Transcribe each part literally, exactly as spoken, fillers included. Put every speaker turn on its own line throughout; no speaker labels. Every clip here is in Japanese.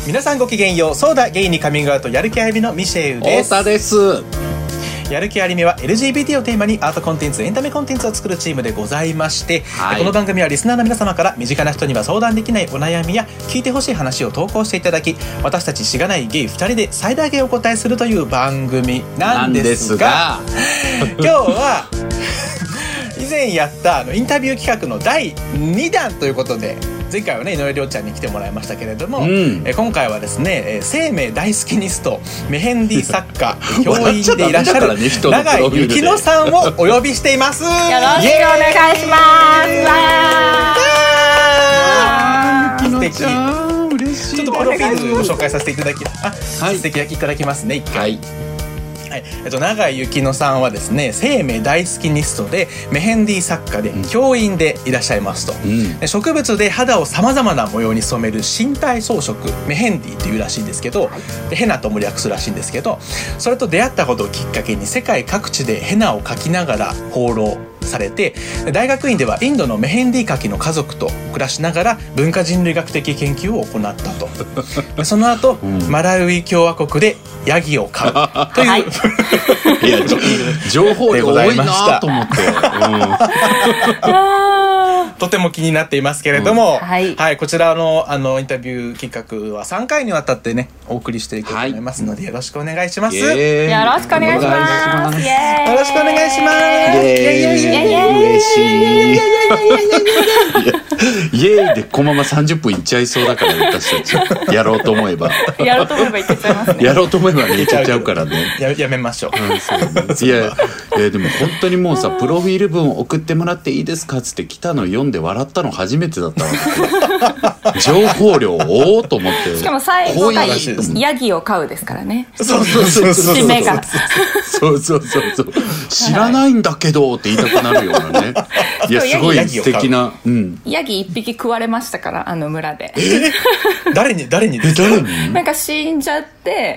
皆さんごきげんよう。そうだゲイにカミングアウトやる気ありみのミシェウです。
太田です。
やる気ありみは エルジービーティー をテーマにアートコンテンツエンタメコンテンツを作るチームでございまして、はい、この番組はリスナーの皆様から身近な人には相談できないお悩みや聞いてほしい話を投稿していただき、私たちしがないゲイふたりで最大限お答えするという番組なんですが今日は以前やったあのインタビュー企画のだいにだんということで、前回はね井上涼ちゃんに来てもらいましたけれども、うん、え今回はですね、え生命大好きニスト、メヘンディ作家教員でいらっしゃる永井ゆきのさんをお呼びしています。よろしくお
願いします。
素敵。ちょっとプロフィールを紹介させていただき、あ、はい、素敵いただきますね一回。はいはい、えっと、永井ゆきのさんはですね、生命大好きニストでメヘンディ作家で教員でいらっしゃいますと、うん、植物で肌をさまざまな模様に染める身体装飾、メヘンディっていうらしいんですけど、でヘナとも略すらしいんですけど、それと出会ったことをきっかけに世界各地でヘナを描きながら放浪されて、大学院ではインドのメヘンディ描きの家族と暮らしながら文化人類学的研究を行ったとその後、うん、マラウイ共和国でヤギを飼うという、はい、
いや情報量多いなと思って、
うん、とても気になっていますけれども、うんはいはい、こちら の, あのインタビュー企画はさんかいにわたってねお送りしていこうと思いますので、はい、よろしくお願いします。よろし
くお願いします。
よろしくお願いします。
イエーイ嬉しい。イエーイでこのままさんじゅっぷんいっちゃいそうだから、私たちやろうと思えば
やろうと思えばいけちゃいますね。
やろうと思えばねいけちゃうからね。
や, やめましょう。うん、そう
ね、いや、えー、でも本当にもうさ、プロフィール文送ってもらっていいですかっつって来たの読んで笑ったの初めてだったわけ。情報量多と思って。
しかも最後がヤギを飼うですからね。
そうそうそうそう。
締めが。
そうそうそうそう。知らないんだけどって言いたくなるようなね。いやすごい素敵な、うん、
ヤギ一匹食われましたから、あの村で。
え誰に誰にですか？
誰に？
なんか死んじゃって、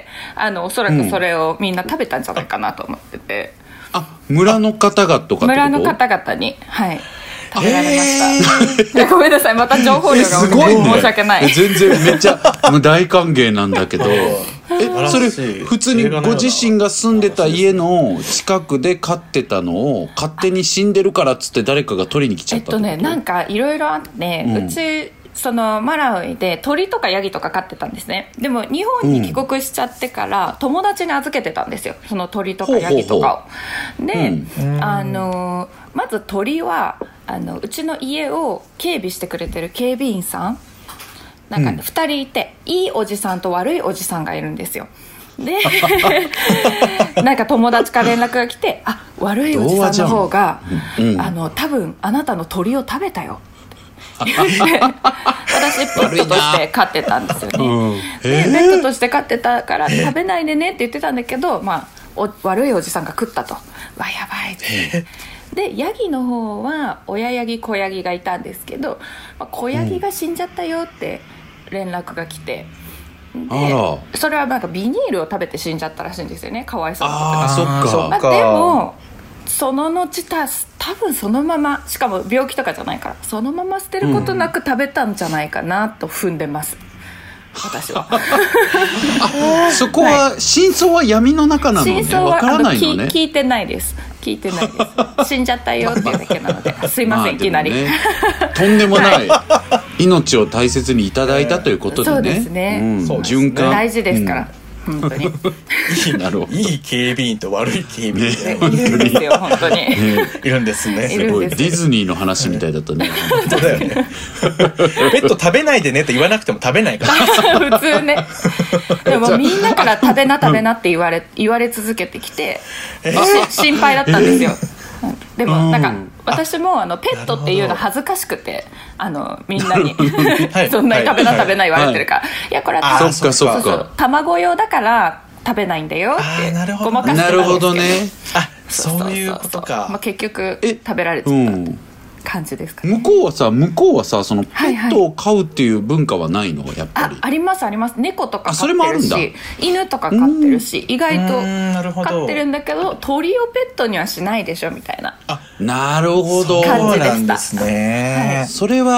あのおそらくそれをみんな食べたんじゃないかなと思ってて、
うん、あ村の方々とかってこと？村
の方々に、はい、食べられました。えー、ごめんなさい、また情報量が多くて申し訳ない。
全然めっちゃもう大歓迎なんだけど。えそれ普通にご自身が住んでた家の近くで飼ってたのを勝手に死んでるからっつって誰かが取りに来ちゃったってこと？
えっとね、なんかいろいろあって、うん、うちそのマラウイで鳥とかヤギとか飼ってたんですね。でも日本に帰国しちゃってから友達に預けてたんですよ、その鳥とかヤギとかを。で、うん、あのまず鳥はあのうちの家を警備してくれてる警備員さんなんかふたりいて、うん、いいおじさんと悪いおじさんがいるんですよ。でなんか友達から連絡が来て、あ、悪いおじさんの方が、うん、あの多分あなたの鳥を食べたよ私ペットとして飼ってたんですよね、うんえー、でペットとして飼ってたから食べないでねって言ってたんだけど、まあ、お悪いおじさんが食ったと、わやばいって、でヤギの方は親ヤギ子ヤギがいたんですけど、まあ、子ヤギが死んじゃったよって連絡が来て、でそれはなんかビニールを食べて死んじゃったらしいんですよね、かわいそうなことが。
あそっか、
まあ、でもその後た多分そのまま、しかも病気とかじゃないからそのまま捨てることなく食べたんじゃないかなと踏んでます、私は。
あそこは真相は闇の中なのね、わからないのね。
聞いてないです、聞いてないです。死んじゃったよっていうだけなので、すいません、まあ、いきなり、ね、
とんでもない、はい、命を大切にいただいたということでね、そう
ですね、うん、
循環
大事ですから、うん、本当にい
い, いい警備員と悪い警備員、ね、
いるんですよ本当に、ね、
いるんですね。
すごいディズニーの話みたいだったね。
本当だよね。ペット食べないでねって言わなくても食べないから
普通ね。でもみんなから食べな食べなって言われ、言われ続けてきて、えー、心配だったんですよ。でもなんか私もあのペットっていうの恥ずかしくて、あのみんなにそんなに食べな食べな言われてるから、はいはい、いやこれは
そっかそっか、そうそう
卵用だから食べないんだよってごまかしてたんですけど、
なるほどね、
あ、そういうことか。
まあ、結局食べられちゃったって感じですかね。
向こうはさ向こうはさそのペットを飼うっていう文化はないの、やっぱり。
あ, ありますあります。猫とか飼ってるし犬とか飼ってるし、意外と飼ってるんだけど鳥をペットにはしないでしょみたいな。
あ、なるほど、
感じでした。
そうなんですね、
はい、それは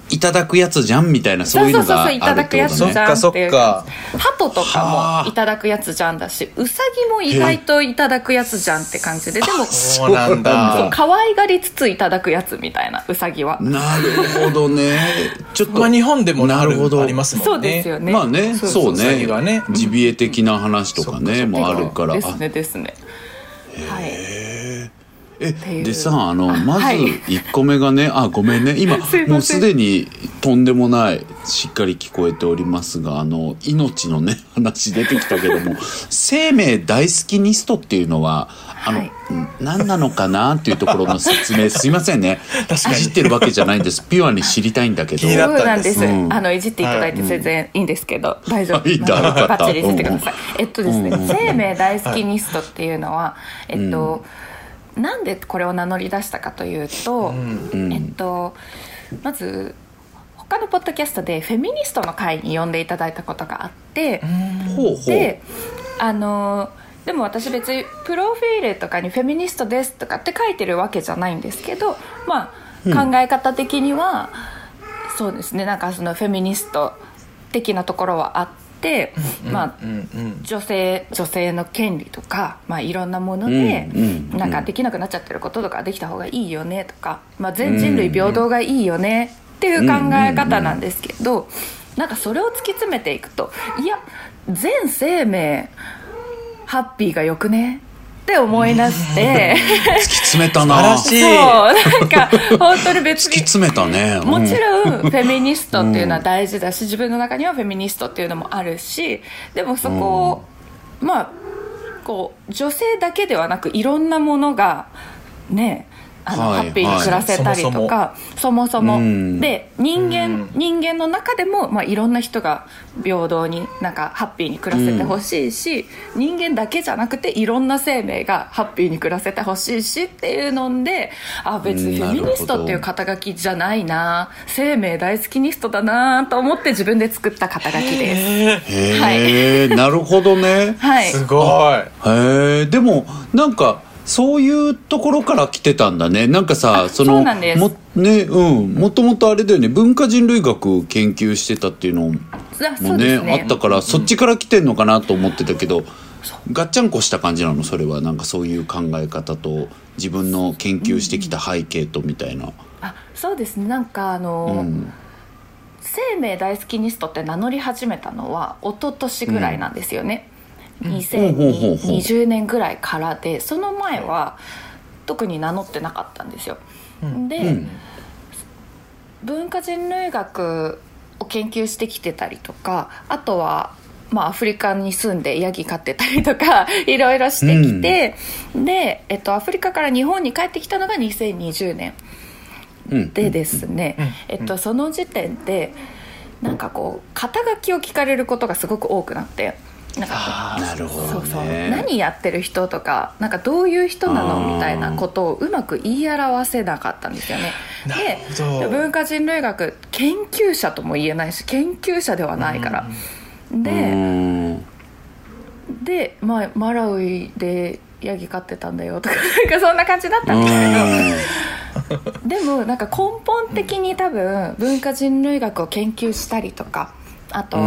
いただくやつじゃんみたいな、そういうのがあるってことね。
そうそうそう、いただくやつじゃんっていう。
そっかそっか。
鳩とかもいただくやつじゃんだし、ウサギも意外といただくやつじゃんって感じで、でも
そうなんだ。
可愛がりつついただくやつみたいな、ウサギは。
なるほどね。ちょっと
まあ日本でも
なるほど
ありますもんね。
そうですよね。
まあね、そうね。
ね、
ジビエ的な話とかね、もあるから。
ですねですね。はい。
えでさ、あのまずいっこめがね、あごめんね今もうすでにとんでもないしっかり聞こえておりますが、あの命のね話出てきたけども生命大好きニストっていうのはあの、はい、何なのかなっていうところの説明すいませんねいじってるわけじゃないんです。ピュアに知りたいんだけど。
そうなんです、うん、あのいじっていただいて全然いいんですけど、はい、大丈夫、
いいんだ、
バッチリいじってください、うん、えっとですね、うん、生命大好きニストっていうのはえっと、うん、なんでこれを名乗り出したかというと、うん、えっとまず他のポッドキャストでフェミニストの会に呼んでいただいたことがあって、うん、であのでも私別にプロフィールとかにフェミニストですとかって書いてるわけじゃないんですけど、まあ、うん、考え方的にはそうですね、なんかそのフェミニスト的なところはあって、まあ、女性女性の権利とか、まあ、いろんなもので、なんかできなくなっちゃってることとかできた方がいいよねとか、まあ、全人類平等がいいよねっていう考え方なんですけど、なんかそれを突き詰めていくと、いや全生命ハッピーがよくねって思い出して
突き詰めたな。
そうなんか本当に別に
突き詰めたね、うん、
もちろんフェミニストっていうのは大事だし、自分の中にはフェミニストっていうのもあるし、でもそこを、うん、まあこう女性だけではなくいろんなものがねあの、はい、ハッピーに暮らせたりとか、はい、そもそも、そもそもで人間、人間の中でも、まあ、いろんな人が平等になんかハッピーに暮らせてほしいし、うん、人間だけじゃなくていろんな生命がハッピーに暮らせてほしいしっていうので、あ別にフェミニストっていう肩書きじゃないな、生命大好きニストだなと思って自分で作った肩書きです。
へー、はい、なるほどね、
はい、
すごい。
へー、でもなんかそういうところから来てたんだね。なんかさ、その
そうなんです
もね、うん、もともとあれだよね、文化人類学研究してたっていうのもね、
そうですね、
あったから、そっちから来てんのかなと思ってたけど、ガッチャンコした感じなの、それは。なんかそういう考え方と自分の研究してきた背景とみたいな。
あ、そうですね、なんかあの、うん、生命大好きニストって名乗り始めたのは一昨年ぐらいなんですよね、うん、にせんにじゅうねんぐらいからで、その前は特に名乗ってなかったんですよ、うん、で、うん、文化人類学を研究してきてたりとか、あとは、まあ、アフリカに住んでヤギ飼ってたりとかいろいろしてきて、うん、で、えっと、アフリカから日本に帰ってきたのがにせんにじゅうねんでですね、うんえっと、その時点でなんかこう肩書きを聞かれることがすごく多くなって、なんか
なるほどね、
そうそう、何やってる人とか、なんかどういう人なのみたいなことをうまく言い表せなかったんですよね。で、文化人類学研究者とも言えないし、研究者ではないから、うん、で、うんで、まあ、マラウイでヤギ飼ってたんだよとかなんかそんな感じだったんですけどでもなんか根本的に多分文化人類学を研究したりとか、あと、うん、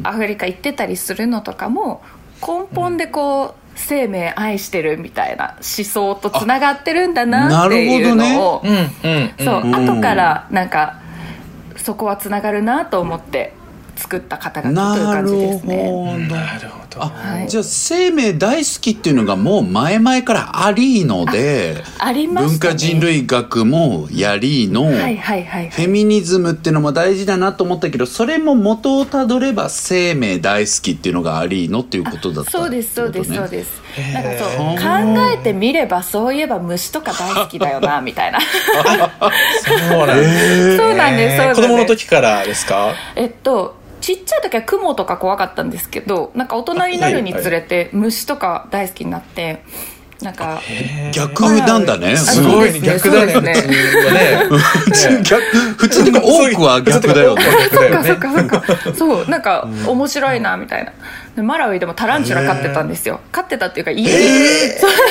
アフリカ行ってたりするのとかも根本でこう、うん、生命愛してるみたいな思想とつながってるんだなっていうのを、ね、そう、うん、後からなんかそこはつながるなと思って作った肩書きという感じですね。
なるほど。あ、はい、じゃあ生命大好きっていうのがもう前々からありので、
ありましたね、
文化人類学もやりの、はいはいはいはい、フェミニズムっていうのも大事だなと思ったけど、それも元をたどれば生命大好きっていうのがありのっていうことだった、ね、
そうですそうですそうです。なんかそう考えてみれば、そういえば虫とか大好きだよなみたいな
そうなんです、
そうなんです。
子供の時からですか？
えっとちっちゃい時はクモとか怖かったんですけど、なんか大人になるにつれて虫とか大好きになって、なんか
逆なんだね。
すごい、ね、逆だね。普通はね。逆、普通に多くは逆だよね。
そっかそっかそっか。そう、なんか面白いなみたいな。でマラウイでもタランチュラ飼ってたんですよ。飼ってたっていうか家で、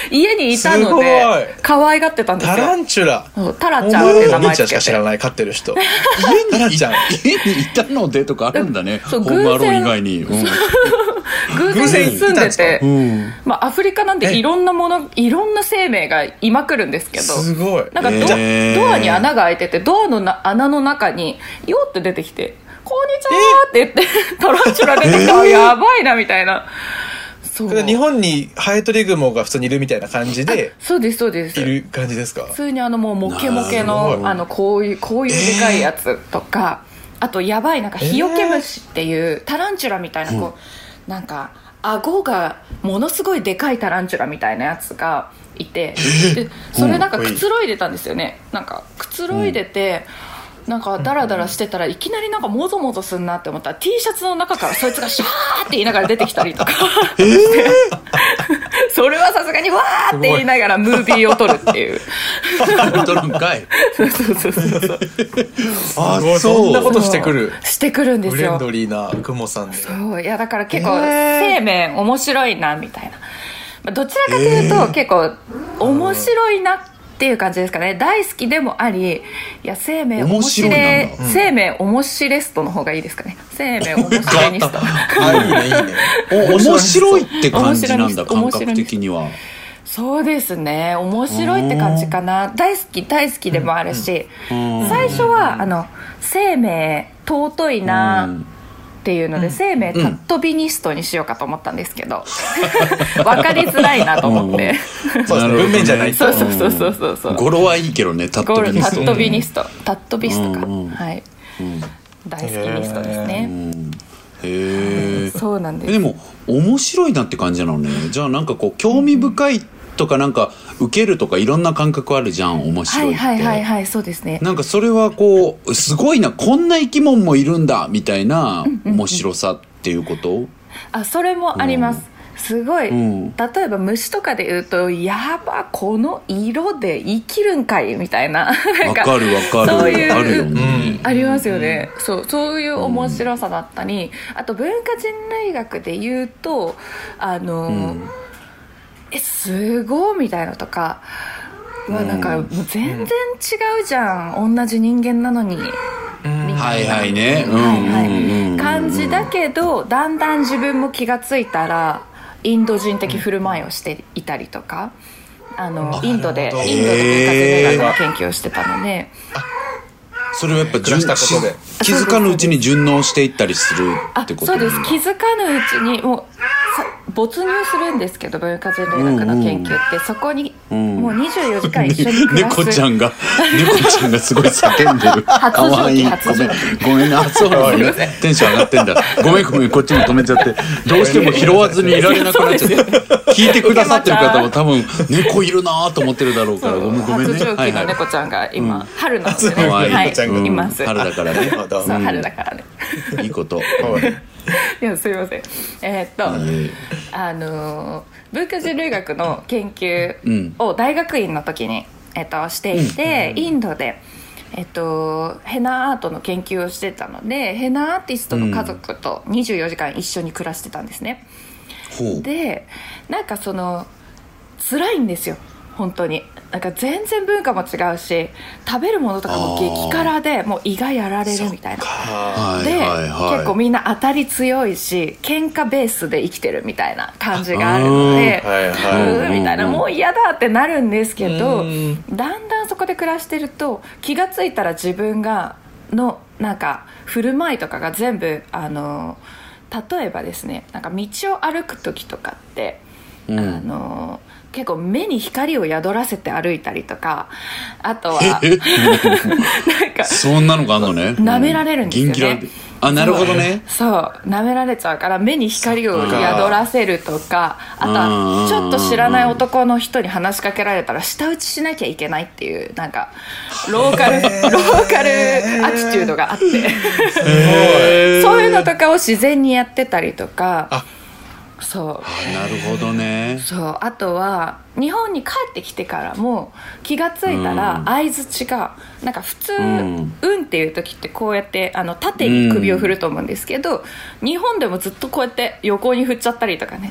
家にいたので可愛がってたんですよ。
タランチュラ、
タラちゃんって名前つけて。
お前リーチャーしか知らない飼ってる人。
家にい
ちゃん
家にいたのでとかあるんだね。ホ
そう
ームアローン以外に、うん、
偶然住んでて、
うん、
まあ、アフリカなんでいろんなものいろんな生命がいまくるんですけど、
すごい
なんか ド,、えー、ドアに穴が開いてて、ドアのな穴の中にヨーって出てきて、こんにちはって言って、えー、タランチュラ出てきた、えー、やばいなみたいな。
そう日本にハエトリグモが普通にいるみたいな感じで、
そうですそうです、
いる感じですか。
普通にあのもうモケモケのあのこういうこういうでかいやつとか、えー、あとやばいなんかヒヨケムシっていう、えー、タランチュラみたいなこう、うん、なんか顎がものすごいでかいタランチュラみたいなやつがいて、でそれなんかくつろいでたんですよね。なんかくつろいでて、うん、なんかダラダラしてたらいきなりなんかモゾモゾすんなって思ったら T シャツの中からそいつがシャーって言いながら出てきたりとか、えー、それはさすがにわーって言いながらムービーを撮るっていう
撮るんかい。
そうそうそうそう
あそうそんなことしてくる
してくるんですよ。
フレンドリーなクモさんで。
そういやだから結構生命面白いなみたいな、どちらかというと、えー、結構面白いなっていう感じですかね。大好きでもあり、いや生命面白い、うん、生命面白ストの方がいいですかね。生命面白いニスト
あいいねいいね
お面白いって感じなんだ、感覚的には。
そうですね、面白いって感じかな。大好き大好きでもあるし、うんうん、最初はあの生命尊いなっていうので、うん、生命たっとビニストにしようかと思ったんですけど、うん、分かりづらいなと思って、
うん、そうですね、文面じゃないと。
そうそうそうそうそう、
語呂はいいけどね、タットビニスト、
タットビニスト、タットビストか、うんうん、はい、うん、大好きニストですね。
へえ、
そうなんです。
でも面白いなって感じなのね。じゃあなんかこう興味深いとかなんか受けるとかいろんな感覚あるじゃん、面白いって。
はいはいはいはい、そうですね。
なんかそれはこうすごいな、こんな生き物もいるんだみたいな面白さっていうこと、うんうんうん、
あそれもあります、うん、すごい、うん、例えば虫とかで言うと、やばこの色で生きるんかいみたいな、
わかるわかる、そういうあるよね、
うん、ありますよね、うん、そうそういう面白さだったり、うん、あと文化人類学で言うとあの、うん、えすごいみたいなとか、うん、なんかもう全然違うじゃん、うん、同じ人間なのに、
うん、はいはいね、うん
はいはい、感じだけど、だんだん自分も気がついたらインド人的振る舞いをしていたりとか、あのインドでインドで文化人類学の研究をしてたので、
それはやっぱ順したことで気づかぬうちに順応していったりするってこと。
そうです、気づかぬうちにもう没入するんですけど、文化人類学の研究って、うんうん、そこにもうにじゅうよじかん一緒に暮らす、
ね、猫ちゃんが猫ちゃんがすごい叫んでるかわいい、ごめんごめんな、そうなのね、テンション上がってんだ、ごめんごめん、こっちも止めちゃって、どうしても拾わずにいられなくなっちゃって聞いてくださってる方も多分猫いるなと思ってるだろうから、ごめんごめんね。
発情期の猫ちゃんが今、はいはい、春なのでね、
はい、
はい、います、
春だからね、
そう春だからね、
いいこと
いやすいません、えー、っと、はい、あの文化人類学の研究を大学院の時に、えー、っとしていて、うん、インドで、えー、っとヘナアートの研究をしてたので、ヘナアーティストの家族とにじゅうよじかん一緒に暮らしてたんですね、うん、でなんかその辛いんですよ本当に。なんか全然文化も違うし、食べるものとかも激辛でもう胃がやられるみたいなで、はいはいはい、結構みんな当たり強いし喧嘩ベースで生きてるみたいな感じがあるので、はいはい、みたいな、もう嫌だってなるんですけど、だんだんそこで暮らしてると気がついたら自分がのなんか振る舞いとかが全部あの例えばですね、なんか道を歩く時とかって、うん、あの結構目に光を宿らせて歩いたりとか、あとはなんか
そんなのがあるのね、
舐められるんですよね。
あ、なるほどね。
そう舐められちゃうから目に光を宿らせるとか、あとはちょっと知らない男の人に話しかけられたら舌打ちしなきゃいけないっていう、なんかローカルローカルアティチュードがあってそういうのとかを自然にやってたりとか、あそう
あなるほどね。
そうあとは日本に帰ってきてからも気がついたら相づちがなんか普通、うん、うんっていう時ってこうやってあの縦に首を振ると思うんですけど、うん、日本でもずっとこうやって横に振っちゃったりとかね、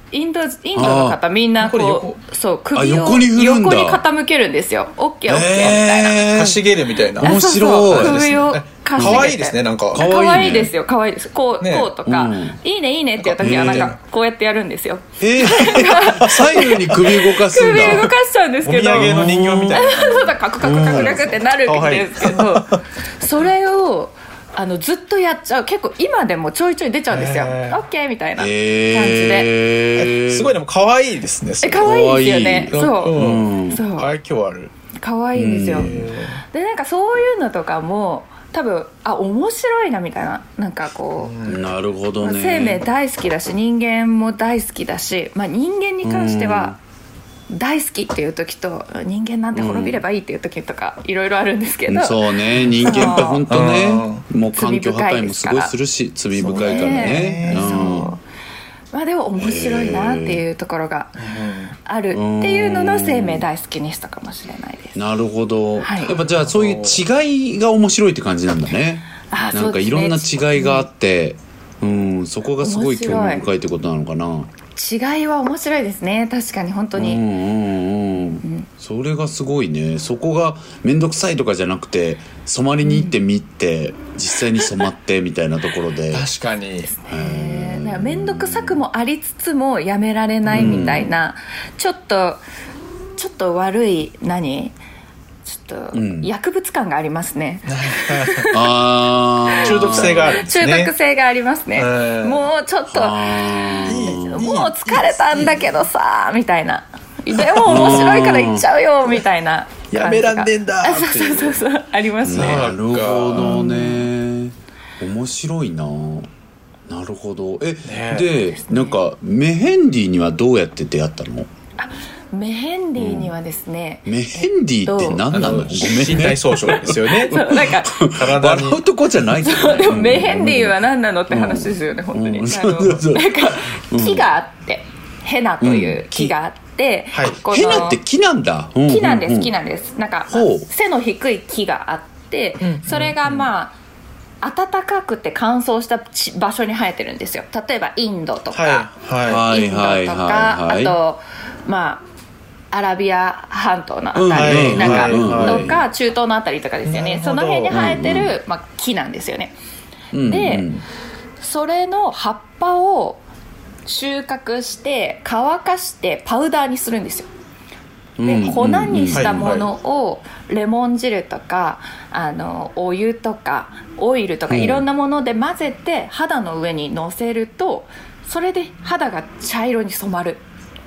インドインドの方みんなこうそう首を
横に振るんだ。
横に傾けるんですよ。オッケーオッケーみたいな。
かしげるみたいな。
面白い。
そうそう首を
かわいいですね。なんか
かわいいですよ。かわいいです。こう、
ね、
こうとか、うん、いいねいいねっていう時はなんかこうやってやるんですよ。
えー、左右に首動かすんだ。
首動かしちゃうんですけど。
お土産の人形みたいな。
そうだカクカクカクカクってなるんですけど、それをあのずっとやっちゃう。結構今でもちょいちょい出ちゃうんですよ。オッケーみたいな感じで。
すごいでも可愛いですね。
え可愛いですよね。そう、
うん、そう愛嬌ある。
可愛いですよ。でなんかそういうのとかも多分あ面白いなみたいななんかこう
なるほどね。
生命大好きだし人間も大好きだし、まあ、人間に関しては大好きっていう時と人間なんて滅びればいいっていう時とかいろいろあるんですけど、
うん、そうね人間って本当ねもう環境破壊もすごいするし罪深いからね。
そう、そうまあ、でも面白いなっていうところがあるっていうのの生命大好きにしたかもしれないです。
なるほど、
はい、
やっぱじゃあそういう違いが面白いって感じなんだね。
あ
なんかいろんな違いがあって、うん、そこがすごい興味深いってことなのかな。
違いは面白いですね確かに本当に、うんうんうん
うん、それがすごいね。そこが面倒くさいとかじゃなくて染まりに行ってみて、うん、実際に染まってみたいなところで
確かに
ですね。なんか面倒くさくもありつつもやめられないみたいな、うん、ちょっとちょっと悪い何ちょっと薬物感がありますね、うん、
あ
中毒性があるんですね。
中毒性がありますね。もうちょっともう疲れたんだけどさみたいなでも面白いから行っちゃうよみたいな
やめらんでんだって
そうそうそうそうありますね。
なるほどね面白いな。なるほどえ、ね、で、ね、なんかメヘンディーにはどうやって出会ったの？
あメヘンディーにはですね、
うん、メヘンディーって何なの？ごめんね
身体操作ですよね
そうなんか
体に笑うとこじゃないけど、ね、
でもメヘンディーは何なのって話ですよね、うん、本当に、うん、あのなんか木があって、うん、ヘナという木があって、うんはい、
ヘナって木なんだ。
木なんです木なんですなんか背の低い木があって、うん、それがまあ暖かくて乾燥した場所に生えてるんですよ。例えばインドとか、
はい、
インドとか、はいはいはいはい、あとまあアラビア半島のあたり、うん、なんか、はい、とか中東のあたりとかですよね。その辺に生えてる、うんうんまあ、木なんですよね、うんうん、でそれの葉っぱを収穫して乾かしてパウダーにするんですよ。で粉にしたものをレモン汁とかあのお湯とかオイルとかいろんなもので混ぜて肌の上にのせるとそれで肌が茶色に染まる。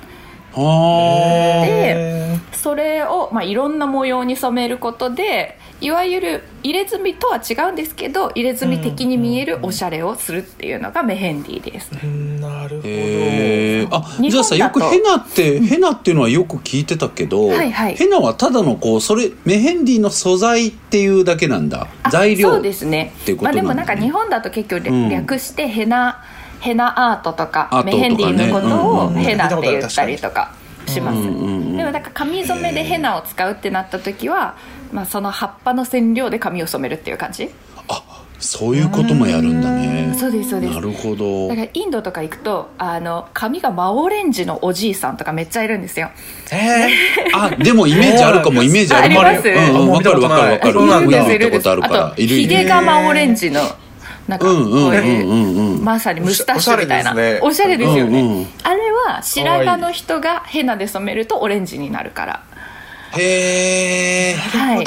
でそれを、まあ、いろんな模様に染めることでいわゆる入れ墨とは違うんですけど入れ墨的に見えるおしゃれをするっていうのがメヘンディーです。
なるほど。
あじゃあさよくヘナって、うん、ヘナっていうのはよく聞いてたけど、はいはい、ヘナはただのこうそれメヘンディーの素材っていうだけなんだ。材料
そうですね。っていうことなんだね。まあ、でもなんか日本だと結局略してヘナ、うん、ヘナアートとか、ね、メヘンディーのことをヘナって言ったりとかします、うんうんうん、でもなんか髪染めでヘナを使うってなった時は、まあ、その葉っぱの染料で髪を染めるっていう感じ。
あそういうこともやるんだね。
そうですそうです。
なるほど。
だからインドとか行くとあの髪が真オレンジのおじいさんとかめっちゃいるんですよ。
えー、あでもイメージあるかもイメージある
あります。
うん、分かる分かる分かる。
いるんですいるんです。あとひげが真オレンジのなんかこういうまさにムスタッシュみたいなおしゃれですよね、うんうん、あれは白髪の人がヘナで染めるとオレンジになるから。
へえ、
はい、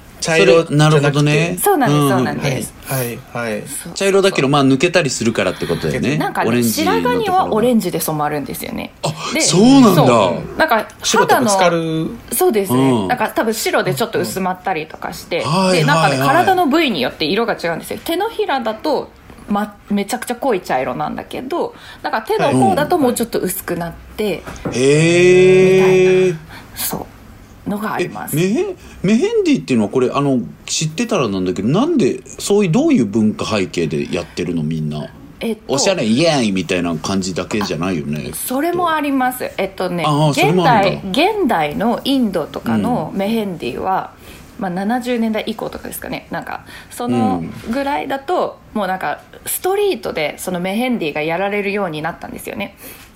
茶色なるほどね。
そうなんですそうなんです、
うん、はいはい、はい、
茶色だけどまあ抜けたりするからってことだよね。
なんかね白髪にはオレンジで染まるんですよね。
あそうなんだ。
なんか
白とぶつかる。
そうですね、うん、なんか多分白でちょっと薄まったりとかして、うん、でなんかね体の部位によって色が違うんですよ。手のひらだとま、めちゃくちゃ濃い茶色なんだけどなんか手の方だともうちょっと薄くなって、
はい、へえ
そうのがあります。
メヘン、メヘンディっていうのはこれあの知ってたらなんだけどなんでそういうどういう文化背景でやってるのみんな、えっと、おしゃれイエーイみたいな感じだけじゃないよね。
それもあります。えっとね現代、現代のインドとかのメヘンディは、うんまあ、ななじゅうねんだい以降とかですかね。なんかそのぐらいだと、うん、もうなんかストリートでそのメヘンディがやられるようになったんですよね。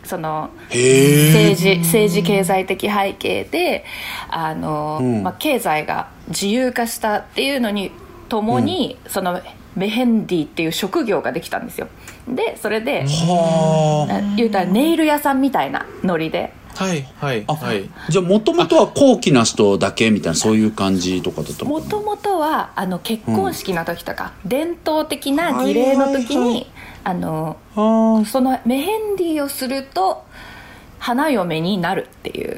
その
へ
政治政治経済的背景であの、
うん
まあ、経済が自由化したっていうのにともに、うん、そのメヘンディっていう職業ができたんですよ。でそれで
は
言うたらネイル屋さんみたいなノリで、
はいはいはい。
じゃあもともとは高貴な人だけみたいなそういう感じとかだったのかな。
もともとはあの結婚式の時とか、うん、伝統的な儀礼の時に、はいはいはい、あのそのメヘンディをすると花嫁になるっていう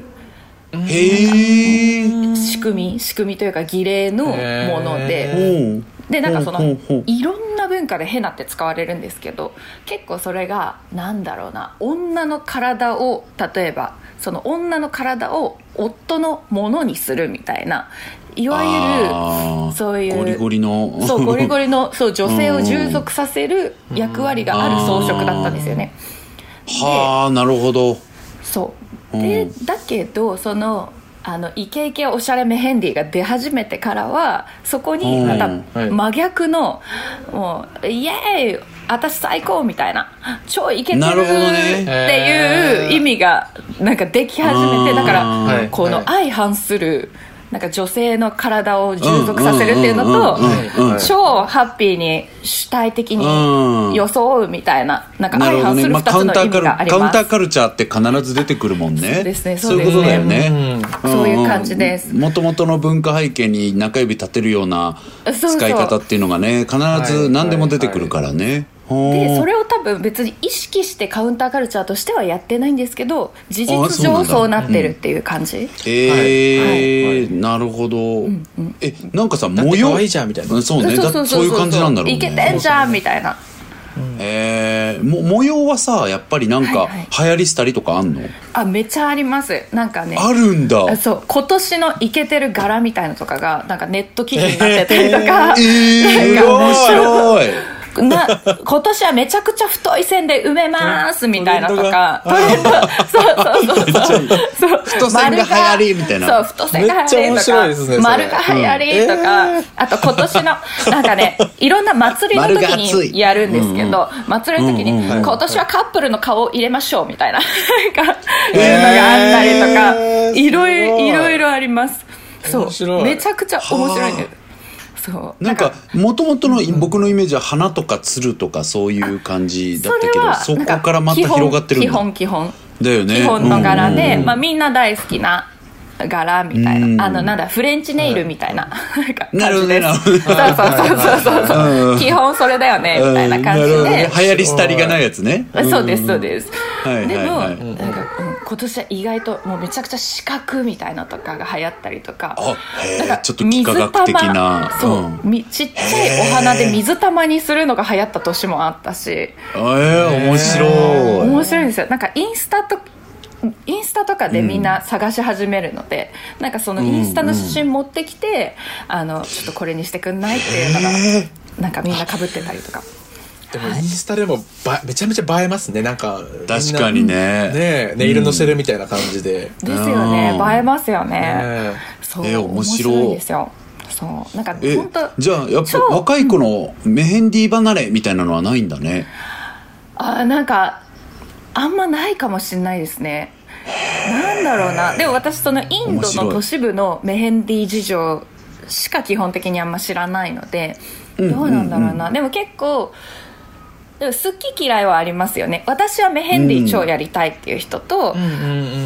へ
仕組み仕組みというか儀礼のもので、でなんかそのいろんな文化でヘナって使われるんですけど、結構それがなんだろうな、女の体を例えばその女の体を夫のものにするみたいな、いわゆるそういう
ゴリゴリの
そうゴリゴリのそう女性を従属させる役割がある装飾だったんですよね。
はあ、なるほど。
そうでだけどそのあのイケイケおしゃれメヘンディが出始めてからはそこにまた真逆のもうイエーイ私最高みたいな超イケてるっていう意味がなんかでき始めて、だからこの相反するなんか女性の体を従属させるっていうのと超ハッピーに主体的に装うみたいな、なんか相反するふたつの意味があります。
カウンターカルチャーって必ず出てくるもんね。
そうですね、
そういうことだよね。
そういう感じです。
もともとの文化背景に中指立てるような使い方っていうのがね、必ず何でも出てくるからね。
でそれを多分別に意識してカウンターカルチャーとしてはやってないんですけど、事実上そうなってるっていう感じ。
ええ、なるほど、うんうん、えなんかさ模様
可愛いじゃんみたいな、
そうね、そういう感じなんだろうね。
イケてんじゃんみたいな。
えー、も模様はさやっぱりなんか流行りしたりとかあんの？はいはい、
あめっちゃあります。なんかね
あるんだ。
そう今年のイケてる柄みたいなとかがなんかネット記事になってたりとか、
えー、面白い
な今年はめちゃくちゃ太い線で埋めますみたいなとか、トレンド、そうそうそうそう、
太線が流行りみたいな、
そう太線が流行りとか、ね、丸が流行りとか、うんえー、あと今年のなんかねいろんな祭りの時にやるんですけど、祭りの時に、うんうん、今年はカップルの顔を入れましょうみたいななんかいうのがあったりとか、えー、いろいろいろいろあります。そうめちゃくちゃ面白いんです。そう
なんかもともとの僕のイメージは花とか鶴とかそういう感じだったけど、 そ, そこからまた広がってるんだ。
基本基本
だよね、
基本の柄で、うんうんうん、まあ、みんな大好きな柄みたいな、うん、あのなんだフレンチネイルみたいな、はい、感じです。そうそうそうそうそう、うん、基本それだよねみたいな感じで、うんね、
流行り廃りがないやつね。
そうですそうです、うん、でも、はいはいはい、なんか、うん、今年は意外ともうめちゃくちゃ四角みたいなとかが流行ったりとか、
なんかちょっと幾何学的な、
そう、うん、ちっちゃいお花で水玉にするのが流行った年もあったし、え
ー、面白い
面白いんですよ。なんかインスタとインスタとかでみんな探し始めるので、うん、なんかそのインスタの写真持ってきて、うんうん、あのちょっとこれにしてくんないっていうのがなんかみんな被ってたりとか。
でもインスタでもばめちゃめちゃ映えますね。なんか
確かにね、
ねネイルのせるみたいな感じで、
うん、ですよね、映えますよね、ねそう、
えー、面白い
面白いですよ。そうなんか本当
じゃあやっぱ若い子のメヘンディー離れみたいなのはないんだね。
あなんかあんまないかもしれないですね。なんだろうな、でも私そのインドの都市部のメヘンディー事情しか基本的にあんま知らないので、どうなんだろうな、うんうんうん、でも結構でも好き嫌いはありますよね。私はメヘンディー超やりたいっていう人と、うん、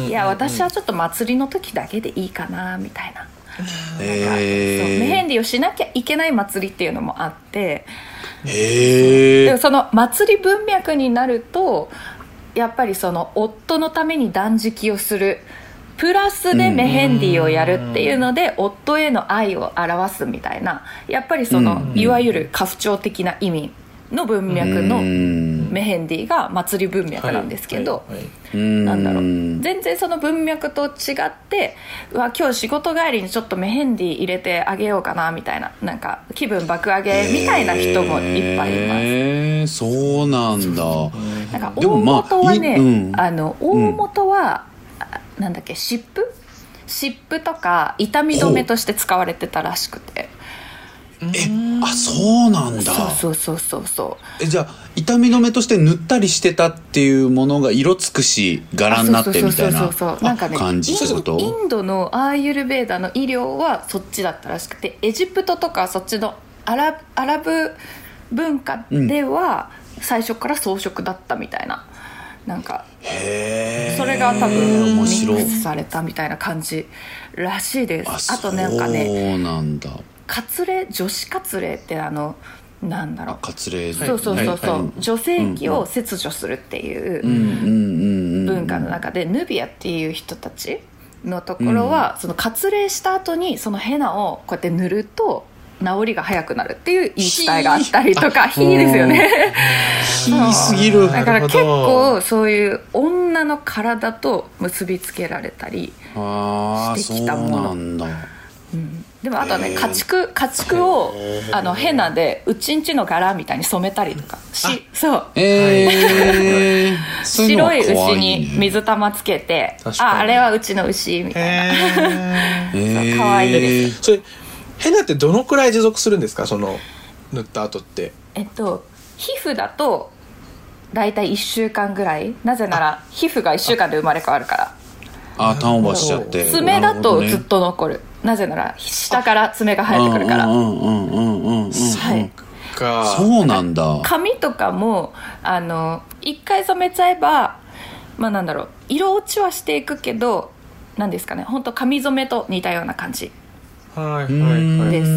いや私はちょっと祭りの時だけでいいかなみたいな、
えー、
そうメヘンディーをしなきゃいけない祭りっていうのもあって、
えー、
でもその祭り文脈になるとやっぱりその夫のために断食をするプラスでメヘンディーをやるっていうので、うん、夫への愛を表すみたいな、やっぱりその、うん、いわゆる家父長的な意味の文脈のメヘンディーが祭り文脈なんですけど、はいはいはい、なんだろう、全然その文脈と違ってうわ今日仕事帰りにちょっとメヘンディー入れてあげようかなみたいな、なんか気分爆上げみたいな人もいっぱいいます。
えー、そうなんだ。
なんか大元はね、まあ、あの大元は、うん、なんだっけ湿布湿布とか痛み止めとして使われてたらしくて、
えあそうなんだ。
そうそうそうそうそう。
えじゃあ痛み止めとして塗ったりしてたっていうものが色つくし柄になってみたいな感じってこと？
インドのアーユルベーダの医療はそっちだったらしくて、エジプトとかそっちのアラ、アラブ文化では最初から装飾だったみたいな、なんか
へ
それが多分ミックスされたみたいな感じらしいです。 あ, あとなんかね、
そうなんだ。
割礼、女子割礼ってあのなんだろう、
割礼、
そうそうそうそう、はいはい、女性器を切除するっていう文化の中でヌビアっていう人たちのところは、うん、その割礼した後にそのヘナをこうやって塗ると治りが早くなるっていう言い伝えがあったりとか、ひーですよね。
ひーすぎる。
だから結構そういう女の体と結びつけられたりしてきたもの。
あ、そうなんだ。
うん、でもあとはね、家畜家畜をあのヘナでうちんちの柄みたいに染めたりとかし、そう、
えー、
白い牛に水玉つけて、ああれはうちの牛みたいな、えー、かわいいです。
それヘナってどのくらい持続するんですか、その塗った後って。
えっと皮膚だとだいたいいっしゅうかんぐらい。なぜなら皮膚がいっしゅうかんで生まれ変わるから。
あ、ターンオーバーしちゃって。
爪だとずっと残る。なぜなら下から爪が生えてくるから。
うんうんうんうんうん。
はい。
そうなんだ。
髪とかもあの一回染めちゃえば、まあなんだろう、色落ちはしていくけど、なんですかね、本当髪染めと似たような感じ。
はいはいはい。
です。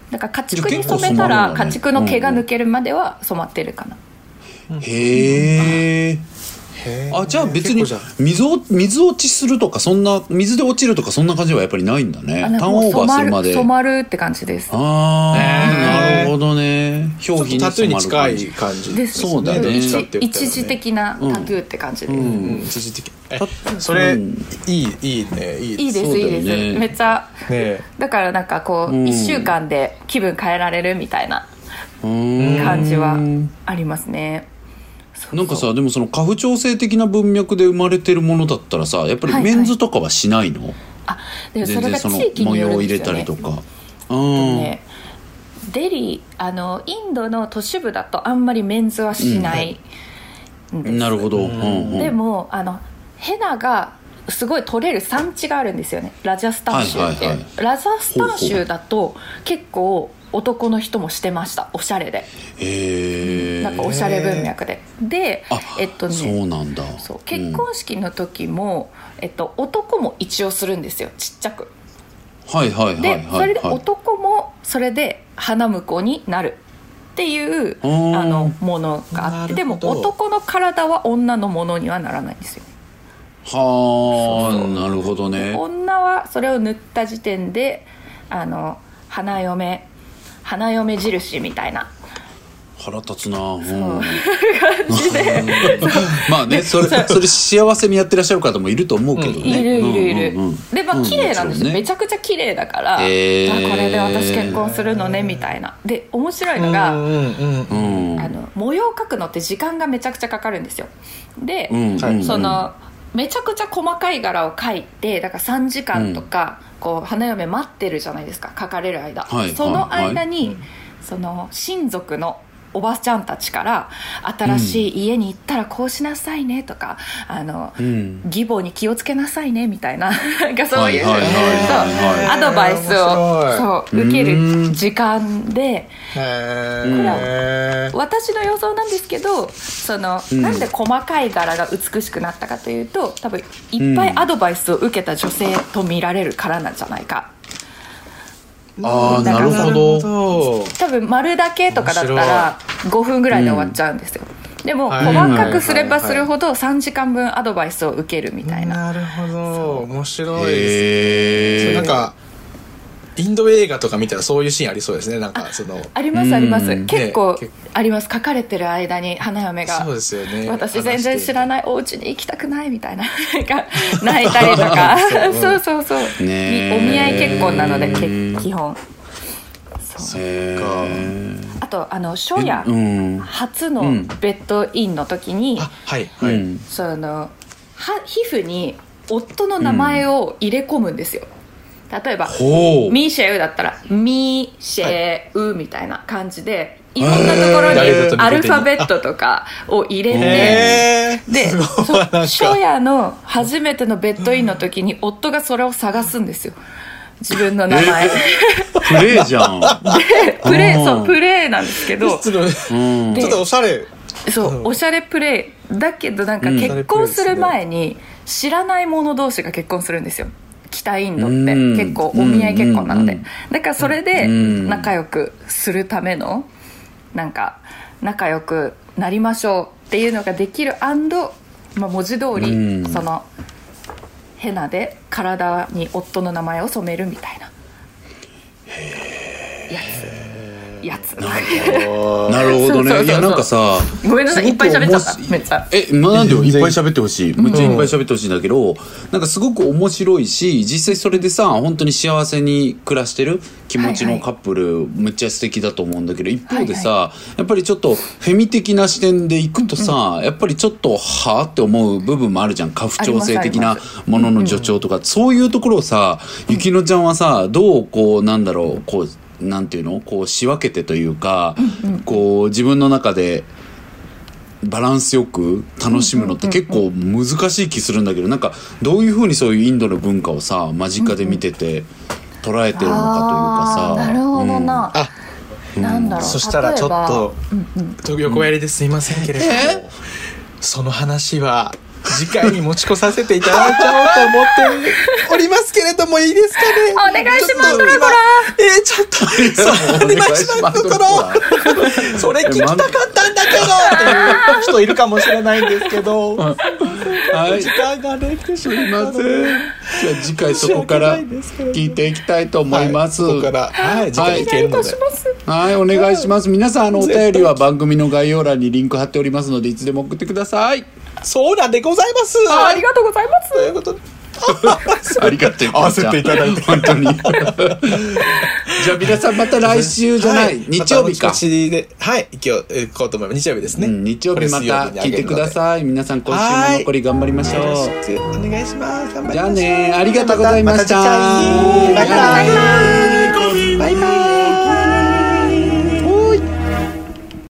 だから家畜に染めたら家畜の毛が抜けるまでは染まってるかな。
うんうん、へえ。あ、じゃあ別に水を水落ちするとか、そんな水で落ちるとかそんな感じはやっぱりないんだね。ターンオーバーするまで
染まるって感じです。
ああ、なるほどね。表皮に
タトゥーに近い感じ
です。
そうだね。
一時的なタトゥーって感じです。
うんうん、一時的。それ、うん、いいいいね、いいです。
いいです、いいです。めっちゃ、ね、だからなんかこう、うん、いっしゅうかんで気分変えられるみたいな感じはありますね。
なんかさ、でもその家父長制的な文脈で生まれてるものだったらさ、やっぱりメンズとかはしないの？はいはい、
あ、でもそれが地域によるんですよね。
模様入れたりとか。
うん、ね、デリー、あのインドの都市部だとあんまりメンズはしないんです。うん、
なるほど。うんうん、
でもあのヘナがすごい取れる産地があるんですよね。ラジャスタン州って、はいはいはい、ラジャスタン州だと結構男の人もしてました、おしゃれで。
へー、
なんかおしゃれ文脈で。で、えっとね、
そうなんだ。
そう、結婚式の時も、うん、えっと、男も一応するんですよ、ちっちゃく。
はいはいはいはい、はい、
でそれで男もそれで花婿になるっていうあのものがあって、でも男の体は女のものにはならないんですよ。
はあ、なるほどね。
女はそれを塗った時点であの花嫁花嫁印みたいな。
腹立つな、うん、
そう感じで
まあね、それそれ幸せにやってらっしゃる方もいると思うけどね、うん、
いるいるいる、うんうんうん、でまあ綺麗なんですよ、うん、ね、めちゃくちゃ綺麗だから、えー、あこれで私結婚するのねみたいな。で面白いのが、うんうんうん、あの模様を描くのって時間がめちゃくちゃかかるんですよ。で、うんうん、そのめちゃくちゃ細かい柄を描いて、だからさんじかんとか、うん、こう花嫁待ってるじゃないですか、描かれる間、はい、その間に、はい、その親族のおばちゃんたちから新しい家に行ったらこうしなさいねとか、うん、あの、うん、義母に気をつけなさいねみたいななんかそういうアドバイスをそう受ける時間で、これは私の予想なんですけど、その、うん、なんで細かい柄が美しくなったかというと、多分いっぱいアドバイスを受けた女性と見られるからなんじゃないか。
ああ、なるほど。
多分丸だけとかだったらごふんぐらいで終わっちゃうんですよ、うん、でも細かくすればするほどさんじかんぶんアドバイスを受けるみたいな。
なるほど、面白いですね。なんかインド映画とか見たらそういうシーンありそうですね。なんかその
あ, ありますあります、結構あります。書かれてる間に花嫁が
そうですよね、
私全然知らないお家に行きたくないみたいな泣いたりとかそうそうそう、ね、お見合い結婚なので基本そうか。あとあの初夜、うん、初のベッドインの時に、うん、
はいはい、
そのは皮膚に夫の名前を入れ込むんですよ、 例えば
ほう
ミシェウだったらミシェウみたいな感じで、いろんなところにアルファベットとかを入れて、で、初夜の初めてのベッドインの時に夫がそれを探すんですよ、自分の名前。
プレイじゃん。
でプレイ、そうプレイなんですけど、
ちょっとおしゃれ。
そうおしゃれプレイだけど、なんか結婚する前に知らない者同士が結婚するんですよ、北インドって結構お見合い結婚なので、だからそれで仲良くするためのなんか仲良くなりましょうっていうのができる、アンド、まあ、文字通りそのヘナで体に夫の名前を染めるみたいなやつやつ
なるほどね。いやなんかさ、
ごめんなさい、いっぱい喋っちゃっためっちゃ。
え、まあ、なんでよ、いっぱい喋ってほしい。めっちゃいっぱい喋ってほしいんだけど、なんかすごく面白いし、実際それでさ、本当に幸せに暮らしてる気持ちのカップル、はいはい、めっちゃ素敵だと思うんだけど、一方でさ、はいはい、やっぱりちょっとフェミ的な視点でいくとさ、うん、やっぱりちょっとはぁって思う部分もあるじゃん。家父長制的なものの助長とか、そういうところをさ、ゆきのちゃんはさ、どうこうなんだろう、こうなんていうの、こう仕分けてというか、うんうん、こう自分の中でバランスよく楽しむのって結構難しい気するんだけど、なんかどういうふうにそういうインドの文化をさ間近で見てて捉えてるのかというかさ、
なるほどな、
うん、あ、
なんだろう、
そしたらちょっと、うんうん、横やりですいませんけれども、えー、その話は次回に持ち越させていただいちゃおうと思っておりますけれども、いいですかね。
お願いします。
えー、ちょっとお願いしますところそれ聞きたかったんだけどっていう人いるかもしれないんですけど、はい、時間がね来てしまったので、じゃ
あ次回そこから聞いていきたいと思います。
はい、ここから、はい、次回いけるので、
はい、お願いします。皆さん、あのお便りは番組の概要欄にリンク貼っておりますので、いつでも送ってください。
そうなんでございます。
あ、ありがとうございます。
ということで
ありがとう
合わせていただいて
本当にじゃあ皆さんまた来週じゃない、はい、日曜日か、
ま、ではい今日行こうと思います。日曜日ですね、うん、
日曜日また聞いてください。皆さん今週も残り頑張りましょう。
お願いします。頑張りましょう。
じゃあね、ありがとうございました。
また次回。バイバイ。